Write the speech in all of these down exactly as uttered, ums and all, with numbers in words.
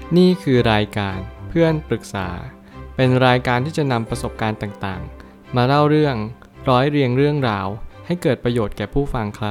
นี่คือรายการเพื่อนปรึกษาเป็นรายการที่จะนำประสบการณ์ต่างๆมาเล่าเรื่องร้อยเรียงเรื่องราวให้เกิดประโยชน์แก่ผู้ฟังครับ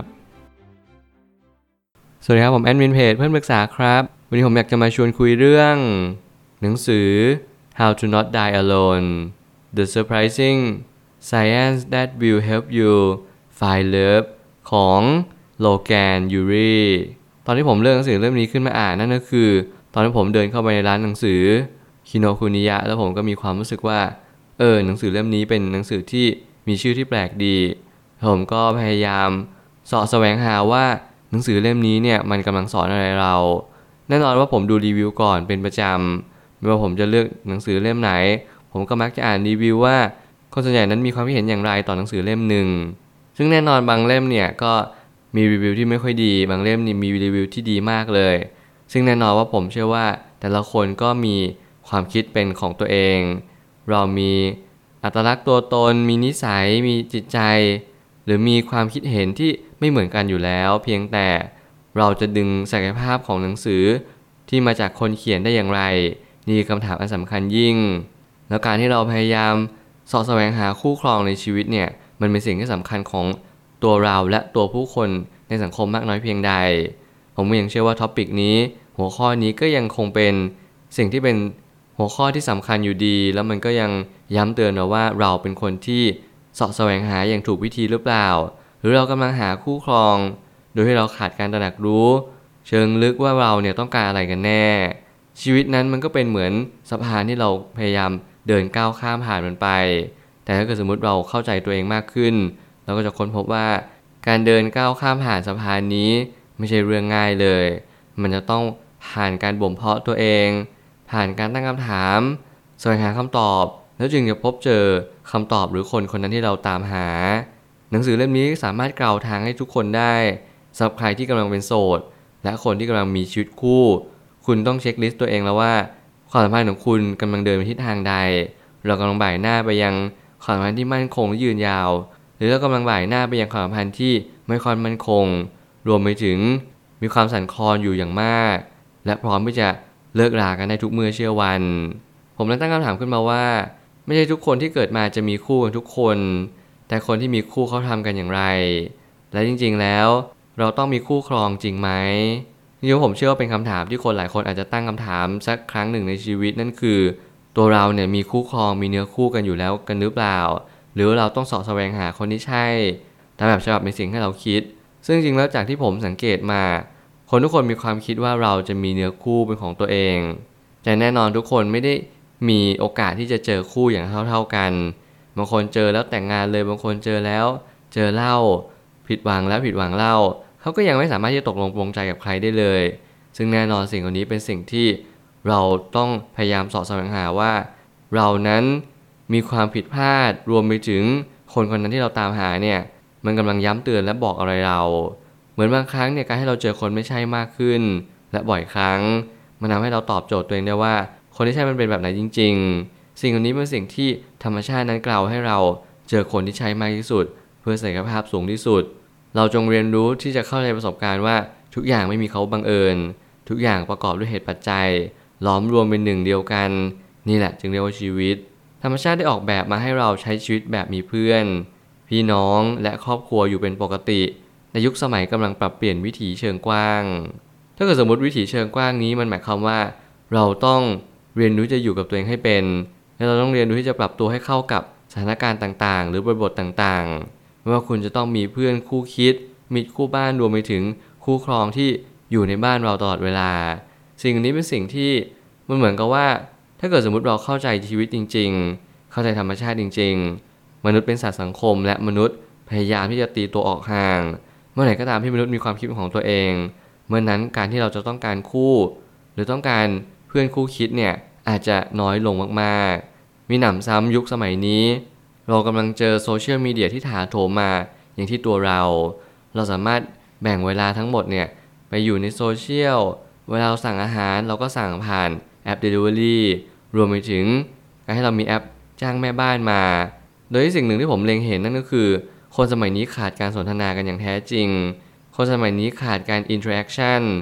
สวัสดีครับผมแอดมินเพจเพื่อนปรึกษาครับวันนี้ผมอยากจะมาชวนคุยเรื่องหนังสือ How to Not Die Alone The Surprising Science That Will Help You Find Love ของโลแกน ยูรีตอนที่ผมเลือกหนังสือเล่มนี้ขึ้นมาอ่านนั่นก็คือตอนที่ผมเดินเข้าไปในร้านหนังสือคิโนคุนิยะแล้วผมก็มีความรู้สึกว่าเออหนังสือเล่มนี้เป็นหนังสือที่มีชื่อที่แปลกดีผมก็พยายามเสาะแสวงหาว่าหนังสือเล่มนี้เนี่ยมันกำลังสอนอะไรเราแน่นอนว่าผมดูรีวิวก่อนเป็นประจำไม่ว่าผมจะเลือกหนังสือเล่มไหนผมก็มักจะอ่านรีวิวว่าคนส่วนใหญ่นั้นมีความคิดเห็นอย่างไรต่อหนังสือเล่มหนึ่งซึ่งแน่นอนบางเล่มเนี่ยก็มีรีวิวที่ไม่ค่อยดีบางเล่มนี่มีรีวิวที่ดีมากเลยซึ่งแน่นอนว่าผมเชื่อว่าแต่ละคนก็มีความคิดเป็นของตัวเองเรามีอัตลักษณ์ตัวตนมีนิสัยมีจิตใจหรือมีความคิดเห็นที่ไม่เหมือนกันอยู่แล้วเพียงแต่เราจะดึงศักยภาพของหนังสือที่มาจากคนเขียนได้อย่างไรนี่คือคำถามอันสำคัญยิ่งแล้วการที่เราพยายามเสาะแสวงหาคู่ครองในชีวิตเนี่ยมันเป็นสิ่งที่สำคัญของตัวเราและตัวผู้คนในสังคมมากน้อยเพียงใดผมยังเชื่อว่าท็อปิกนี้หัวข้อนี้ก็ยังคงเป็นสิ่งที่เป็นหัวข้อที่สำคัญอยู่ดีแล้วมันก็ยังย้ำเตือนเราว่าเราเป็นคนที่เสาะแสวงหาอย่างถูกวิธีหรือเปล่าหรือเรากำลังหาคู่ครองโดยที่เราขาดการตระหนักรู้เชิงลึกว่าเราเนี่ยต้องการอะไรกันแน่ชีวิตนั้นมันก็เป็นเหมือนสะพานที่เราพยายามเดินก้าวข้ามผ่านมันไปแต่ถ้าเกิดสมมติเราเข้าใจตัวเองมากขึ้นเราก็จะค้นพบว่าการเดินก้าวข้ามผ่านสะพานนี้ไม่ใช่เรื่องง่ายเลยมันจะต้องผ่านการบ่มเพาะตัวเองผ่านการตั้งคำถามแสวงหาคำตอบแล้วจึงจะพบเจอคำตอบหรือคนคนนั้นที่เราตามหาหนังสือเล่มนี้สามารถกล่าวทางให้ทุกคนได้สำหรับใครที่กำลังเป็นโสดและคนที่กำลังมีชีวิตคู่คุณต้องเช็คลิสต์ตัวเองแล้วว่าความสัมพันธ์ของคุณกำลังเดินไปทิศทางใดเรากำลังบ่ายหน้าไปยังความสัมพันธ์ที่มั่นคงและยืนยาวหรือเรากำลังบ่ายหน้าไปยังความสัมพันธ์ที่ไม่ค่อยมั่นคงรวมไปถึงมีความสั่นคลอนอยู่อย่างมากและพร้อมที่จะเลิกรากันได้ทุกเมื่อเชื่อวันผมเลยตั้งคำถามขึ้นมาว่าไม่ใช่ทุกคนที่เกิดมาจะมีคู่กันทุกคนแต่คนที่มีคู่เขาทำกันอย่างไรและจริงๆแล้วเราต้องมีคู่ครองจริงไหมนี่ผมเชื่อว่าเป็นคำถามที่คนหลายคนอาจจะตั้งคำถามสักครั้งหนึ่งในชีวิตนั่นคือตัวเราเนี่ยมีคู่ครองมีเนื้อคู่กันอยู่แล้วกันหรือเปล่าหรือเราต้องเสาะแสวงหาคนที่ใช่ตามแบบฉบับในสิ่งที่เราคิดซึ่งจริงแล้วจากที่ผมสังเกตมาคนทุกคนมีความคิดว่าเราจะมีเนื้อคู่เป็นของตัวเองแต่แน่นอนทุกคนไม่ได้มีโอกาสที่จะเจอคู่อย่างเท่าๆกันบางคนเจอแล้วแต่งงานเลยบางคนเจอแล้วเจอเล่าผิดหวังแล้วผิดหวังเล่าเขาก็ยังไม่สามารถที่จะตกลงปลงใจกับใครได้เลยซึ่งแน่นอนสิ่งเหล่านี้เป็นสิ่งที่เราต้องพยายามเสาะแสวงหาว่าเรานั้นมีความผิดพลาดรวมไปถึงคนคนนั้นที่เราตามหาเนี่ยมันกำลังย้ำเตือนและบอกอะไรเราเหมือนบางครั้งเนี่ยการให้เราเจอคนไม่ใช่มากขึ้นและบ่อยครั้งมันทำให้เราตอบโจทย์ตัวเองได้ว่าคนที่ใช่มันเป็นแบบไหนจริงๆสิ่งเหล่านี้เป็นสิ่งที่ธรรมชาตินั้นกล่าวให้เราเจอคนที่ใช่มากที่สุดเพื่อศักยภาพสูงที่สุดเราจงเรียนรู้ที่จะเข้าใจประสบการณ์ว่าทุกอย่างไม่มีเขาบังเอิญทุกอย่างประกอบด้วยเหตุปัจจัยล้อมรวมเป็นหนึ่งเดียวกันนี่แหละจึงเรียกว่าชีวิตธรรมชาติได้ออกแบบมาให้เราใช้ชีวิตแบบมีเพื่อนพี่น้องและครอบครัวอยู่เป็นปกติในยุคสมัยกำลังปรับเปลี่ยนวิถีเชิงกว้างถ้าเกิดสมมติวิถีเชิงกว้างนี้มันหมายความว่าเราต้องเรียนรู้จะอยู่กับตัวเองให้เป็นและเราต้องเรียนรู้ที่จะปรับตัวให้เข้ากับสถานการณ์ต่างๆหรือบริบทต่างๆไม่ว่าคุณจะต้องมีเพื่อนคู่คิดมิตรคู่บ้านรวมไปถึงคู่ครองที่อยู่ในบ้านเราตลอดเวลาสิ่งนี้เป็นสิ่งที่มันเหมือนกับว่าถ้าเกิดสมมติเราเข้าใจชีวิตจริงๆเข้าใจธรรมชาติจริงๆมนุษย์เป็นสัตว์สังคมและมนุษย์พยายามที่จะตีตัวออกห่างเมื่อไหร่ก็ตามที่มนุษย์มีความคิดของตัวเองเมื่อนั้นการที่เราจะต้องการคู่หรือต้องการเพื่อนคู่คิดเนี่ยอาจจะน้อยลงมากๆมีหนำซ้ำยุคสมัยนี้เรากำลังเจอโซเชียลมีเดียที่ถาโถมมาอย่างที่ตัวเราเราสามารถแบ่งเวลาทั้งหมดเนี่ยไปอยู่ในโซเชียลเวลาเราสั่งอาหารเราก็สั่งผ่านแอป Delivery รวมไปถึงการให้เรามีแอปจ้างแม่บ้านมาโดยที่สิ่งหนึ่งที่ผมเล็งเห็นนั่นก็คือคนสมัยนี้ขาดการสนทนากันอย่างแท้จริงคนสมัยนี้ขาดการ interaction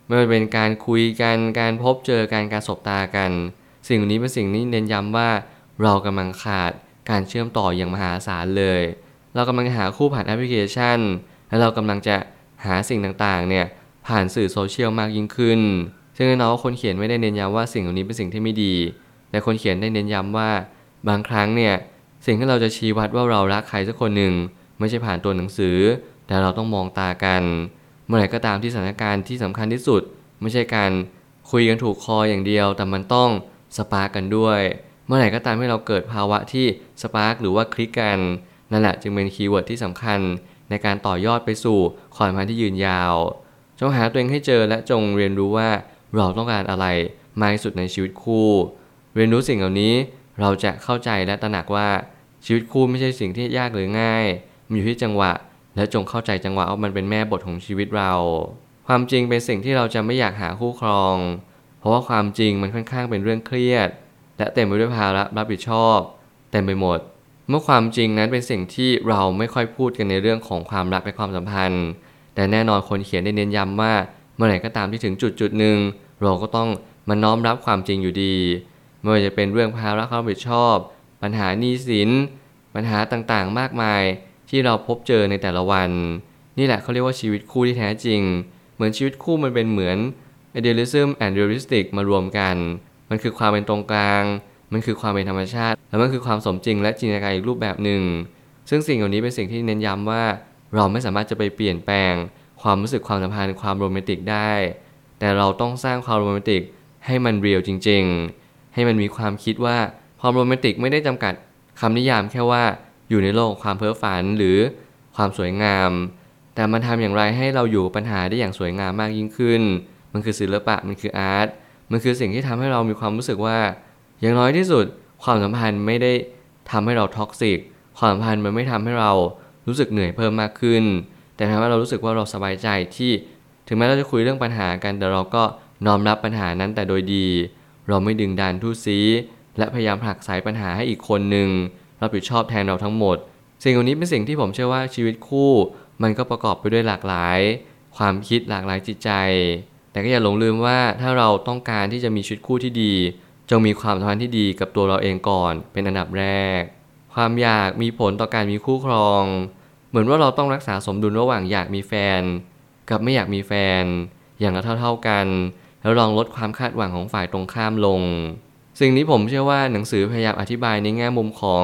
ไม่ว่าเป็นการคุยกันการพบเจอกันการสบตากันสิ่งนี้เป็นสิ่งนี้เน้นย้ำว่าเรากำลังขาดการเชื่อมต่ออย่างมหาศาลเลยเรากำลังหาคู่ผ่านแอปพลิเคชันและเรากำลังจะหาสิ่งต่างๆเนี่ยผ่านสื่อโซเชียลมากยิ่งขึ้นซึ่งแน่นอนว่าคนเขียนไม่ได้เน้นย้ำว่าสิ่งเหล่านี้เป็นสิ่งที่ไม่ดีแต่คนเขียนได้เน้นย้ำว่าบางครั้งเนี่ยสิ่งที่เราจะชี้วัดว่าเรารักใครสักคนหนึ่งไม่ใช่ผ่านตัวหนังสือแต่เราต้องมองตากันเมื่อไหร่ก็ตามที่สถานการณ์ที่สำคัญที่สุดไม่ใช่การคุยกันถูกคออย่างเดียวแต่มันต้องสปาร์กกันด้วยเมื่อไหร่ก็ตามที่เราเกิดภาวะที่สปาร์กหรือว่าคลิกกันนั่นแหละจึงเป็นคีย์เวิร์ดที่สำคัญในการต่อยอดไปสู่ความสัมพันธ์ที่ยืนยาวจงหาตัวเองให้เจอและจงเรียนรู้ว่าเราต้องการอะไรมากที่สุดในชีวิตคู่เรียนรู้สิ่งเหล่านี้เราจะเข้าใจและตระหนักว่าชีวิตคู่ไม่ใช่สิ่งที่ยากหรือง่ายมันอยู่ที่จังหวะและจงเข้าใจจังหวะว่ามันเป็นแม่บทของชีวิตเราความจริงเป็นสิ่งที่เราจะไม่อยากหาคู่ครองเพราะว่าความจริงมันค่อนข้างเป็นเรื่องเครียดและเต็มไปด้วยภาระรับผิดชอบเต็มไปหมดเมื่อความจริงนั้นเป็นสิ่งที่เราไม่ค่อยพูดกันในเรื่องของความรักและความสัมพันธ์แต่แน่นอนคนเขียนได้เน้นย้ำว่าเมื่อไหร่ก็ตามที่ถึงจุดจุดหนึ่งเราก็ต้องมาน้อมรับความจริงอยู่ดีไม่ว่าจะเป็นเรื่องภาระความรับผิดชอบปัญหาหนี้สินปัญหาต่างๆมากมายที่เราพบเจอในแต่ละวันนี่แหละเขาเรียกว่าชีวิตคู่ที่แท้จริงเหมือนชีวิตคู่มันเป็นเหมือน idealism and realistic มารวมกันมันคือความเป็นตรงกลางมันคือความเป็นธรรมชาติและมันคือความสมจริงและจินตนาการอีกรูปแบบหนึ่งซึ่งสิ่งเหล่านี้เป็นสิ่งที่เน้นย้ำว่าเราไม่สามารถจะไปเปลี่ยนแปลงความรู้สึกความสัมพันธ์ความโรแมนติกได้แต่เราต้องสร้างความโรแมนติกให้มันเรียลจริงๆให้มันมีความคิดว่าความโรแมนติกไม่ได้จำกัดคำนิยามแค่ว่าอยู่ในโลกความเพ้อฝันหรือความสวยงามแต่มันทำอย่างไรให้เราอยู่กับปัญหาได้อย่างสวยงามมากยิ่งขึ้นมันคือศิลปะมันคืออาร์ตมันคือสิ่งที่ทำให้เรามีความรู้สึกว่าอย่างน้อยที่สุดความสัมพันธ์ไม่ได้ทำให้เราท็อกซิกความสัมพันธ์มันไม่ทำให้เรารู้สึกเหนื่อยเพิ่มมากขึ้นแต่ทำให้เรารู้สึกว่าเราสบายใจที่ถึงแม้เราจะคุยเรื่องปัญหากันแต่เราก็น้อมรับปัญหานั้นแต่โดยดีเราไม่ดึงดันทู่ซีและพยายามผลักไสปัญหาให้อีกคนหนึ่งรับผิดชอบแทนเราทั้งหมดสิ่งเหล่านี้เป็นสิ่งที่ผมเชื่อว่าชีวิตคู่มันก็ประกอบไปด้วยหลากหลายความคิดหลากหลายจิตใจแต่ก็อย่าหลงลืมว่าถ้าเราต้องการที่จะมีชีวิตคู่ที่ดีจงมีความสัมพันธ์ที่ดีกับตัวเราเองก่อนเป็นอันดับแรกความอยากมีผลต่อการมีคู่ครองเหมือนว่าเราต้องรักษาสมดุลระหว่างอยากมีแฟนกับไม่อยากมีแฟนอย่างละเท่าๆกันแล้วลองลดความคาดหวังของฝ่ายตรงข้ามลงสิ่งนี้ผมเชื่อว่าหนังสือพยายามอธิบายในแง่มุมของ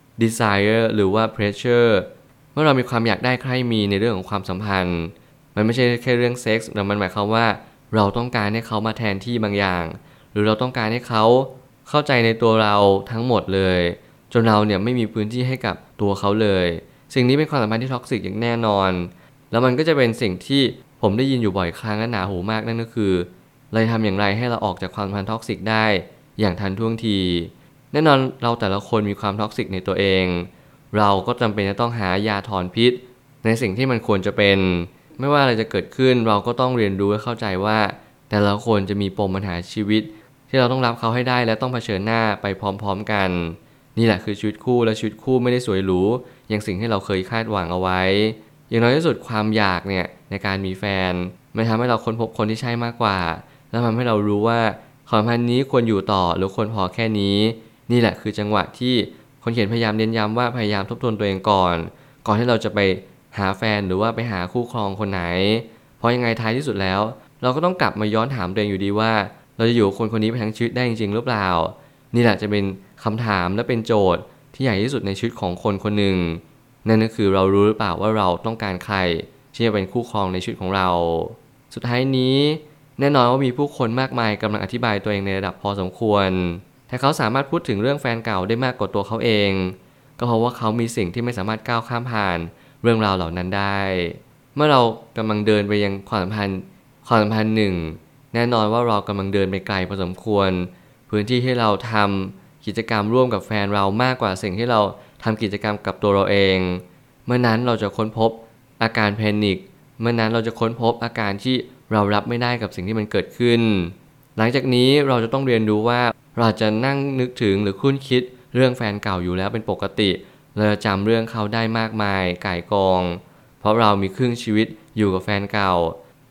desire หรือว่า pressure เมื่อเรามีความอยากได้ใครมีในเรื่องของความสัมพันธ์มันไม่ใช่แค่เรื่องเซ็กส์แต่มันหมายความว่าเราต้องการให้เขามาแทนที่บางอย่างหรือเราต้องการให้เขาเข้าใจในตัวเราทั้งหมดเลยจนเราเนี่ยไม่มีพื้นที่ให้กับตัวเขาเลยสิ่งนี้เป็นความสัมพันธ์ที่ท็อกซิกอย่างแน่นอนแล้วมันก็จะเป็นสิ่งที่ผมได้ยินอยู่บ่อยครั้งและหนาหูมากนั่นก็คือเราทำอย่างไรให้เราออกจากความสัมพันธ์ท็อกซิกได้อย่างทันท่วงทีแน่นอนเราแต่ละคนมีความท็อกซิกในตัวเองเราก็จำเป็นจะต้องหายาถอนพิษในสิ่งที่มันควรจะเป็นไม่ว่าอะไรจะเกิดขึ้นเราก็ต้องเรียนรู้และเข้าใจว่าแต่ละคนจะมีปมปัญหาชีวิตที่เราต้องรับเขาให้ได้และต้องเผชิญหน้าไปพร้อมๆกันนี่แหละคือชีวิตคู่และชีวิตคู่ไม่ได้สวยหรูอย่างสิ่งที่เราเคยคาดหวังเอาไว้อย่างน้อยที่สุดความอยากเนี่ยในการมีแฟนมันทำให้เราค้นพบคนที่ใช่มากกว่าและทำให้เรารู้ว่าความสัมพันธ์นี้ควรอยู่ต่อหรือควรพอแค่นี้นี่แหละคือจังหวะที่คนเขียนพยายามเน้นย้ำว่าพยายามทบทวนตัวเองก่อนก่อนที่เราจะไปหาแฟนหรือว่าไปหาคู่ครองคนไหนเพราะยังไงท้ายที่สุดแล้วเราก็ต้องกลับมาย้อนถามตัวเองอยู่ดีว่าเราจะอยู่กับคนคนนี้ไปทั้งชีวิตได้จริงๆหรือเปล่านี่แหละจะเป็นคำถามและเป็นโจทย์ที่ใหญ่ที่สุดในชีวิตของคนคนหนึ่งนั่นก็คือเรารู้หรือเปล่าว่าเราต้องการใครที่จะเป็นคู่ครองในชีวิตของเราสุดท้ายนี้แน่นอนว่ามีผู้คนมากมายกำลังอธิบายตัวเองในระดับพอสมควรแต่เขาสามารถพูดถึงเรื่องแฟนเก่าได้มากกว่าตัวเขาเองก็เพราะว่าเขามีสิ่งที่ไม่สามารถก้าวข้ามผ่านเรื่องราวเหล่านั้นได้เมื่อเรากำลังเดินไปยังความสัมพันธ์ความสัมพันธ์หนึ่งแน่นอนว่าเรากำลังเดินไปไกลพอสมควรพื้นที่ที่เราทำกิจกรรมร่วมกับแฟนเรามากกว่าสิ่งที่เราทำกิจกรรมกับตัวเราเองเมื่อนั้นเราจะค้นพบอาการแพนิคเมื่อนั้นเราจะค้นพบอาการที่เรารับไม่ได้กับสิ่งที่มันเกิดขึ้นหลังจากนี้เราจะต้องเรียนรู้ว่าเราจะนั่งนึกถึงหรือคุ้นคิดเรื่องแฟนเก่าอยู่แล้วเป็นปกติเราจะจำเรื่องเขาได้มากมายก่ายกองเพราะเรามีครึ่งชีวิตอยู่กับแฟนเก่า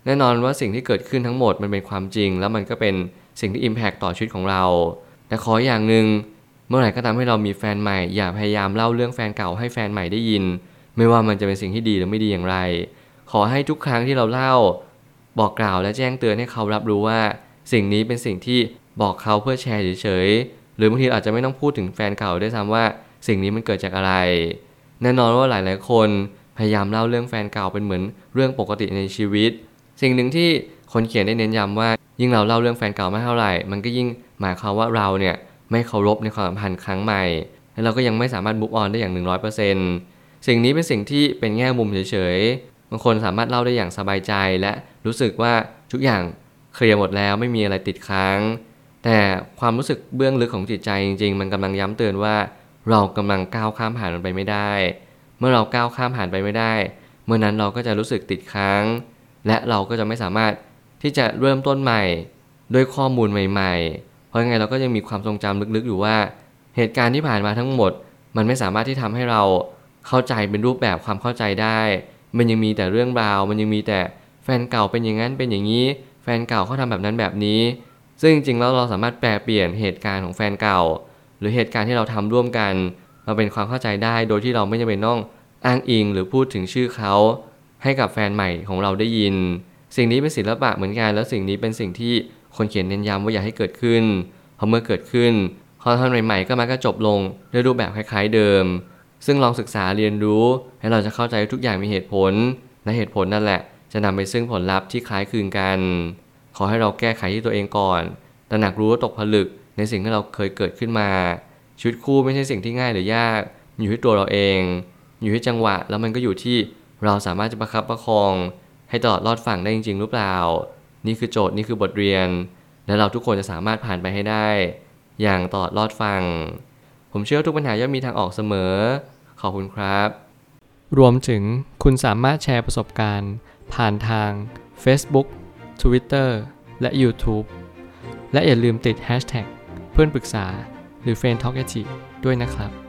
แน่นอนว่าสิ่งที่เกิดขึ้นทั้งหมดมันเป็นความจริงแล้วมันก็เป็นสิ่งที่ impact ต่อชีวิตของเราแต่ขออย่างนึงเมื่อไหร่ก็ตามให้เรามีแฟนใหม่อย่าพยายามเล่าเรื่องแฟนเก่าให้แฟนใหม่ได้ยินไม่ว่ามันจะเป็นสิ่งที่ดีหรือไม่ดีอย่างไรขอให้ทุกครั้งที่เราเล่าบอกกล่าวและแจ้งเตือนให้เขารับรู้ว่าสิ่งนี้เป็นสิ่งที่บอกเขาเพื่อแชร์เฉยๆหรือบางทีอาจจะไม่ต้องพูดถึงแฟนเก่าด้วยซ้ำว่าสิ่งนี้มันเกิดจากอะไรแน่นอนว่าหลายๆคนพยายามเล่าเรื่องแฟนเก่าเป็นเหมือนเรื่องปกติในชีวิตสิ่งหนึ่งที่คนเขียนได้เน้นย้ำว่ายิ่งเราเล่าเรื่องแฟนเก่ามากเท่าไหร่มันก็ยิ่งหมายความว่าเราเนี่ยไม่เคารพในความสัมพันธ์ครั้งใหม่และเราก็ยังไม่สามารถ move on ได้อย่าง หนึ่งร้อยเปอร์เซ็นต์ สิ่งนี้เป็นสิ่งที่เป็นแง่มุมเฉยๆบางคนสามารถเล่าได้อย่างสบายใจและรู้สึกว่าทุกอย่างเคลียร์หมดแล้วไม่มีอะไรติดค้างแต่ความรู้สึกเบื้องลึกของจิตใจจริงๆมันกำลังย้ำเตือนว่าเรากำลังก้าวข้ามผ่านมันไปไม่ได้เมื่อเราก้าวข้ามผ่านไปไม่ได้เมื่อนั้นเราก็จะรู้สึกติดค้างและเราก็จะไม่สามารถที่จะเริ่มต้นใหม่ด้วยข้อมูลใหม่ๆเพราะยังไงเราก็ยังมีความทรงจำลึกๆอยู่ว่าเหตุการณ์ที่ผ่านมาทั้งหมดมันไม่สามารถที่ทำให้เราเข้าใจเป็นรูปแบบความเข้าใจได้มันยังมีแต่เรื่องราวมันยังมีแต่แฟนเก่าเป็นอย่างนั้นเป็นอย่างนี้แฟนเก่าเขาทำแบบนั้นแบบนี้ซึ่งจริงๆแล้วเราสามารถแปลเปลี่ยนเหตุการณ์ของแฟนเก่าหรือเหตุการณ์ที่เราทำร่วมกันมาเป็นความเข้าใจได้โดยที่เราไม่จำเป็นต้องอ้างอิงหรือพูดถึงชื่อเขาให้กับแฟนใหม่ของเราได้ยินสิ่งนี้เป็นศิลปะเหมือนกันแล้วสิ่งนี้เป็นสิ่งที่คนเขียนเน้นย้ำว่าอย่าให้เกิดขึ้นเพราะเมื่อเกิดขึ้นข้อท่อนใหม่ๆก็มักจะจบลงด้วยรูปแบบคล้ายๆเดิมซึ่งลองศึกษาเรียนรู้ให้เราจะเข้าใจทุกอย่างมีเหตุผลและเหตุผลนั่นแหละจะนำไปซึ่งผลลัพธ์ที่คล้ายคลึงกันขอให้เราแก้ไขที่ตัวเองก่อนตระหนักรู้ว่าตกผลึกในสิ่งที่เราเคยเกิดขึ้นมาชีวิตคู่ไม่ใช่สิ่งที่ง่ายหรือยากอยู่ที่ตัวเราเองอยู่ที่จังหวะแล้วมันก็อยู่ที่เราสามารถจะประคับประคองให้ตลอดรอดฝั่งได้จริงๆหรือเปล่านี่คือโจทย์นี่คือบทเรียนและเราทุกคนจะสามารถผ่านไปให้ได้อย่างตลอดรอดฝั่งผมเชื่อทุกปัญหาย่อมมีทางออกเสมอขอบคุณครับรวมถึงคุณสามารถแชร์ประสบการณ์ผ่านทาง Facebook Twitter และ YouTube และอย่าลืมติด แฮชแท็ก เพื่อนปรึกษาหรือ เฟรนด์ ทอล์ก ด้วยนะครับ